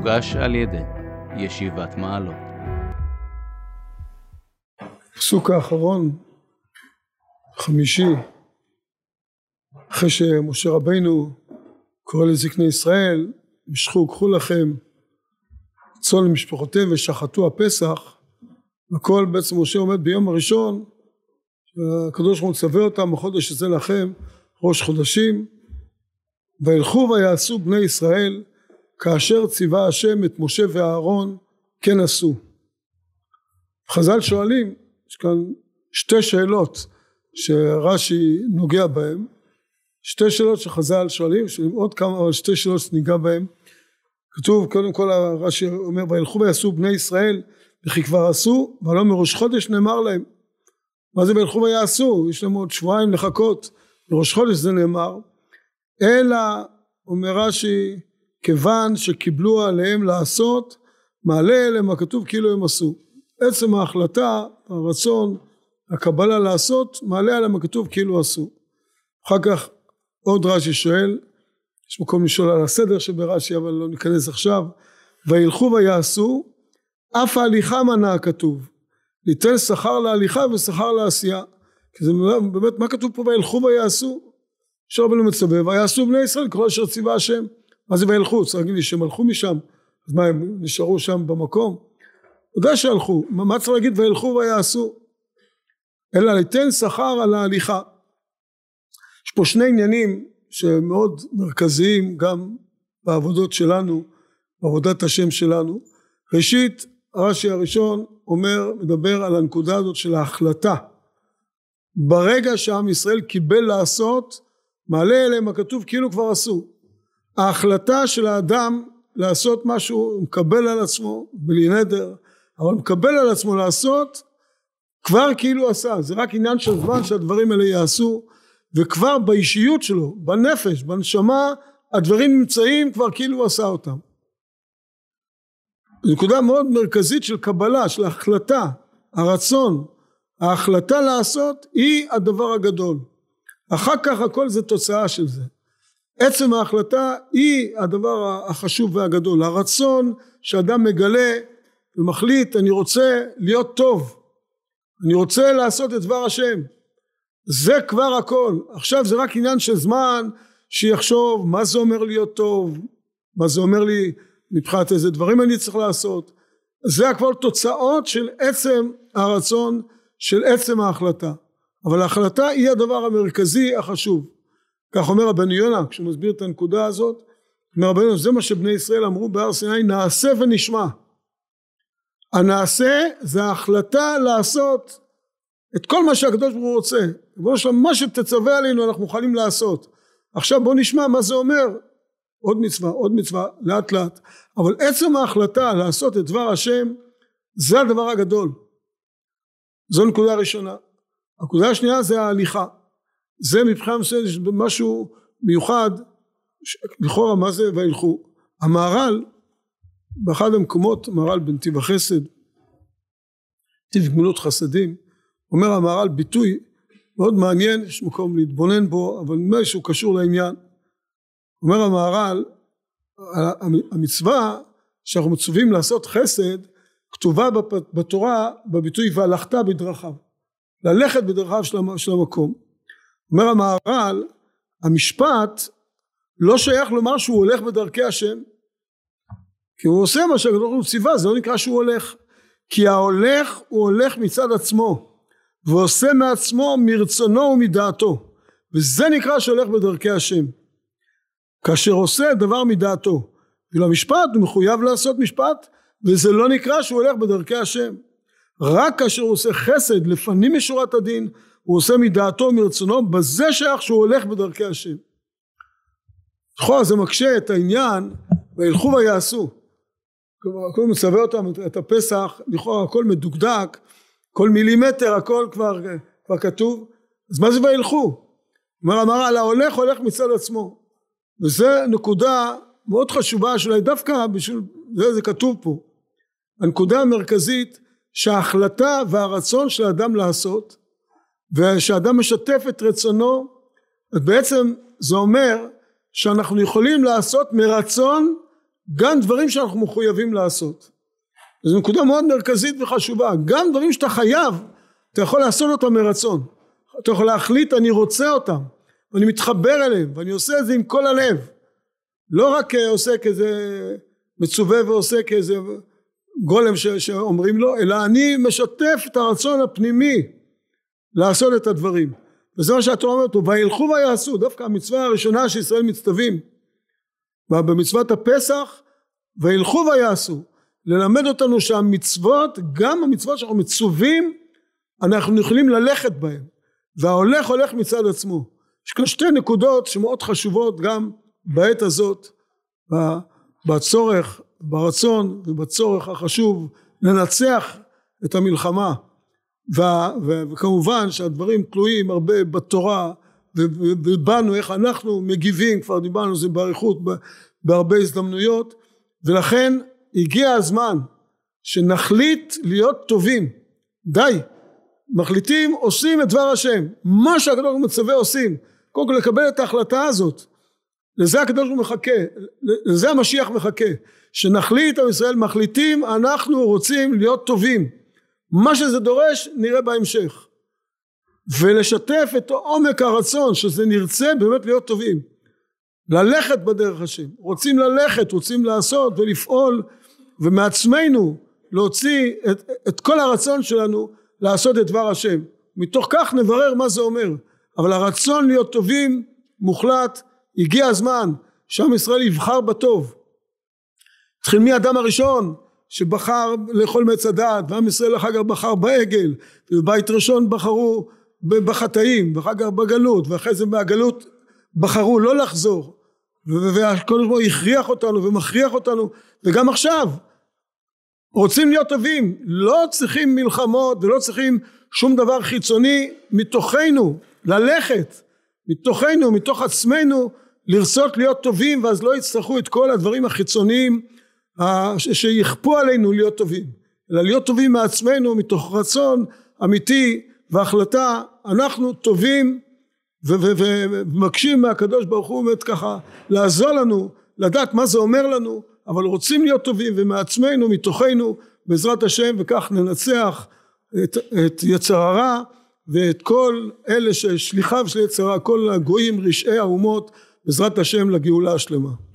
הוגש על ידי ישיבת מעלות. פסוק האחרון, חמישי, אחרי שמשה רבינו קורא לזקני ישראל, משכו קחו לכם צאן למשפחותיהם ושחטו הפסח, וכל בעצם משה עומד ביום הראשון, הקדוש ברוך הוא מצווה אותם, החודש הזה לכם ראש חודשים, וילכו ויעשו בני ישראל כאשר ציווה השם את משה ואהרון כן עשו. חז"ל שואלים, יש כאן שתי שאלות שרש"י נוגע בהם, שתי שאלות שחז"ל שואלים עוד כמה, אבל שתי שאלות שניגע בהם. כתוב קודם כל, רש"י אומר וילכו ויעשו בני ישראל וכי כבר עשו, ולא מראש חודש נאמר להם. מה זה וילכו ויעשו? יש להם עוד שבועיים לחכות, מראש חודש זה נאמר, אלא אומר רש"י כיוון שקיבלו עליהם לעשות, מעלה אליהם הכתוב כאילו הם עשו. עצם ההחלטה, הרצון, הקבלה לעשות, מעלה עליהם הכתוב כאילו עשו. אחר כך עוד רש"י שואל, יש מקום לשאול על הסדר שברש"י, אבל לא ניכנס עכשיו, וילכו ויעשו, אף ההליכה מנה הכתוב, ניתן שכר להליכה ושכר לעשייה. כי זה באמת, מה כתוב פה וילכו ויעשו? שרבנו מצווה, ויעשו בני ישראל כל אשר ציווה השם. מה זה וילכו? צריך להגיד לי שהם הלכו משם, אז מה הם נשארו שם במקום? יודע שהלכו, מה צריך להגיד וילכו ויעשו? אלא ניתן שכר על ההליכה. יש פה שני עניינים שמאוד מרכזיים גם בעבודות שלנו, בעבודת השם שלנו. ראשית, הרש"י הראשון מדבר על הנקודה הזאת של ההחלטה. ברגע שעם ישראל קיבל לעשות, מעלה אליהם הכתוב כאילו כבר עשו. ההחלטה של האדם לעשות משהו, הוא מקבל על עצמו, בלי נדר, אבל מקבל על עצמו לעשות, כבר כאילו עשה. זה רק עניין של זמן שהדברים האלה יעשו, וכבר באישיות שלו, בנפש, בנשמה, הדברים נמצאים כבר כאילו הוא עשה אותם. זו נקודה מאוד מרכזית של קבלה, של החלטה, הרצון, ההחלטה לעשות היא הדבר הגדול. אחר כך הכל זה תוצאה של זה. עצם ההחלטה היא הדבר החשוב והגדול. הרצון שאדם מגלה ומחליט, אני רוצה להיות טוב, אני רוצה לעשות את דבר השם. זה כבר הכל. עכשיו זה רק עניין של זמן שיחשוב מה זה אומר להיות טוב, מה זה אומר לי מבחינת איזה דברים אני צריך לעשות. זה הכל תוצאות של עצם הרצון, של עצם ההחלטה. אבל ההחלטה היא הדבר המרכזי החשוב. כך אומר רבנו יונה, כשהוא מסביר את הנקודה הזאת, אומר רבנו יונה, זה מה שבני ישראל אמרו בהר סיני, נעשה ונשמע. הנעשה זה ההחלטה לעשות את כל מה שהקדוש ברוך הוא רוצה. מה שתצווה עלינו אנחנו מוכנים לעשות. עכשיו בוא נשמע מה זה אומר. עוד מצווה, לאט לאט. אבל עצם ההחלטה לעשות את דבר השם, זה הדבר הגדול. זו נקודה ראשונה. הנקודה השנייה זה ההליכה. זה מבחינה מסוימת משהו מיוחד, לכאורה מה זה וילכו. המהר"ל, באחד המקומות, המהר"ל בנתיב החסד, נתיב גמילות חסדים, אומר המהר"ל ביטוי מאוד מעניין, יש מקום להתבונן בו, אבל נראה שהוא קשור לעניין. אומר המהר"ל, המצווה שאנחנו מצווים לעשות חסד, כתובה בתורה בביטוי והלכת בדרכיו, ללכת בדרכיו של המקום. אומר המהר"ל, המשפט לא שייך לומר שהוא הולך בדרכי השם, כי הוא עושה מה שהקדוש ברוך הוא ציווה, זה לא נקרא שהוא הולך, כי ההולך הוא הולך מצד עצמו, ועושה מעצמו מרצונו ומדעתו, וזה נקרא שהולך בדרכי השם, כאשר עושה דבר מדעתו. ולמשפט הוא מחויב לעשות משפט, וזה לא נקרא שהוא הולך בדרכי השם. רק כאשר הוא עושה חסד לפנים משורת הדין, הוא עושה מדעתו ומרצונו, בזה שייך שהוא הולך בדרכי השם. לכאורה זה מקשה את העניין, וילכו ויעשו. הכל מצווה אותם את הפסח, לכאורה הכל מדוקדק, כל מילימטר הכל כבר כתוב. אז מה זה וילכו? אומר המהר"ל, ההולך הולך מצד עצמו. וזה נקודה מאוד חשובה, שאולי דווקא בשביל זה כתוב פה. הנקודה המרכזית שההחלטה והרצון של האדם לעשות, ושאדם משתף את רצונו, בעצם זה אומר שאנחנו יכולים לעשות מרצון גם דברים שאנחנו מחויבים לעשות. זו נקודה מאוד מרכזית וחשובה. גם דברים שאתה חייב, אתה יכול לעשות אותם מרצון. אתה יכול להחליט, אני רוצה אותם, ואני מתחבר אליהם, ואני עושה את זה עם כל הלב. לא רק עושה כאיזה מצווה ועושה כאיזה גולם שאומרים לו, אלא אני משתף את הרצון הפנימי לעשות את הדברים. וזה מה שהתורה אומרת, וילכו ויעשו, דווקא המצווה הראשונה שישראל מצטווים, ובמצוות הפסח, וילכו ויעשו, ללמד אותנו שהמצוות, גם המצוות שאנחנו מצווים, אנחנו יכולים ללכת בהן, וההולך הולך מצד עצמו. יש כאן שתי נקודות שמאוד חשובות גם בעת הזאת, בצורך, ברצון ובצורך החשוב לנצח את המלחמה, וכמובן שהדברים תלויים הרבה בתורה ובנו איך אנחנו מגיבים, כבר דיברנו על זה באריכות בהרבה הזדמנויות, ולכן הגיע הזמן שנחליט להיות טובים. די, מחליטים, עושים את דבר השם, מה שהקדוש ברוך הוא מצווה עושים, קודם כל לקבל את ההחלטה הזאת, לזה הקדוש ברוך הוא מחכה, לזה המשיח מחכה, שנחליט עם ישראל, מחליטים, אנחנו רוצים להיות טובים, מה שזה דורש נראה בהמשך, ולשתף את עומק הרצון שזה נרצה באמת להיות טובים, ללכת בדרך השם, רוצים ללכת, רוצים לעשות ולפעול, ומעצמנו להוציא את כל הרצון שלנו לעשות את דבר השם, מתוך כך נברר מה זה אומר, אבל הרצון להיות טובים מוחלט. הגיע הזמן שעם ישראל יבחר בטוב. התחיל מהאדם הראשון שבחר לאכול מעץ הדעת, ועם ישראל אחר כך בחר בעגל, ובבית ראשון בחרו בחטאים, ואחר כך בגלות, ואחרי זה מהגלות בחרו לא לחזור, והכל הזמן הכריח אותנו ומכריח אותנו, וגם עכשיו רוצים להיות טובים, לא צריכים מלחמות ולא צריכים שום דבר חיצוני מתוכנו, ללכת מתוכנו, מתוך עצמנו, לרצות להיות טובים, ואז לא יצטרכו את כל הדברים החיצוניים שיכפו עלינו להיות טובים, אלא להיות טובים מעצמנו, מתוך רצון אמיתי והחלטה, אנחנו טובים, ומקשים מהקדוש ברוך הוא ככה לעזור לנו, לדעת מה זה אומר לנו, אבל רוצים להיות טובים ומעצמנו, מתוכנו, בעזרת השם, וכך ננצח את יצר הרע, ואת כל אלה ששליחיו של יצר הרע, כל הגויים רשעי האומות, בעזרת השם לגאולה השלמה.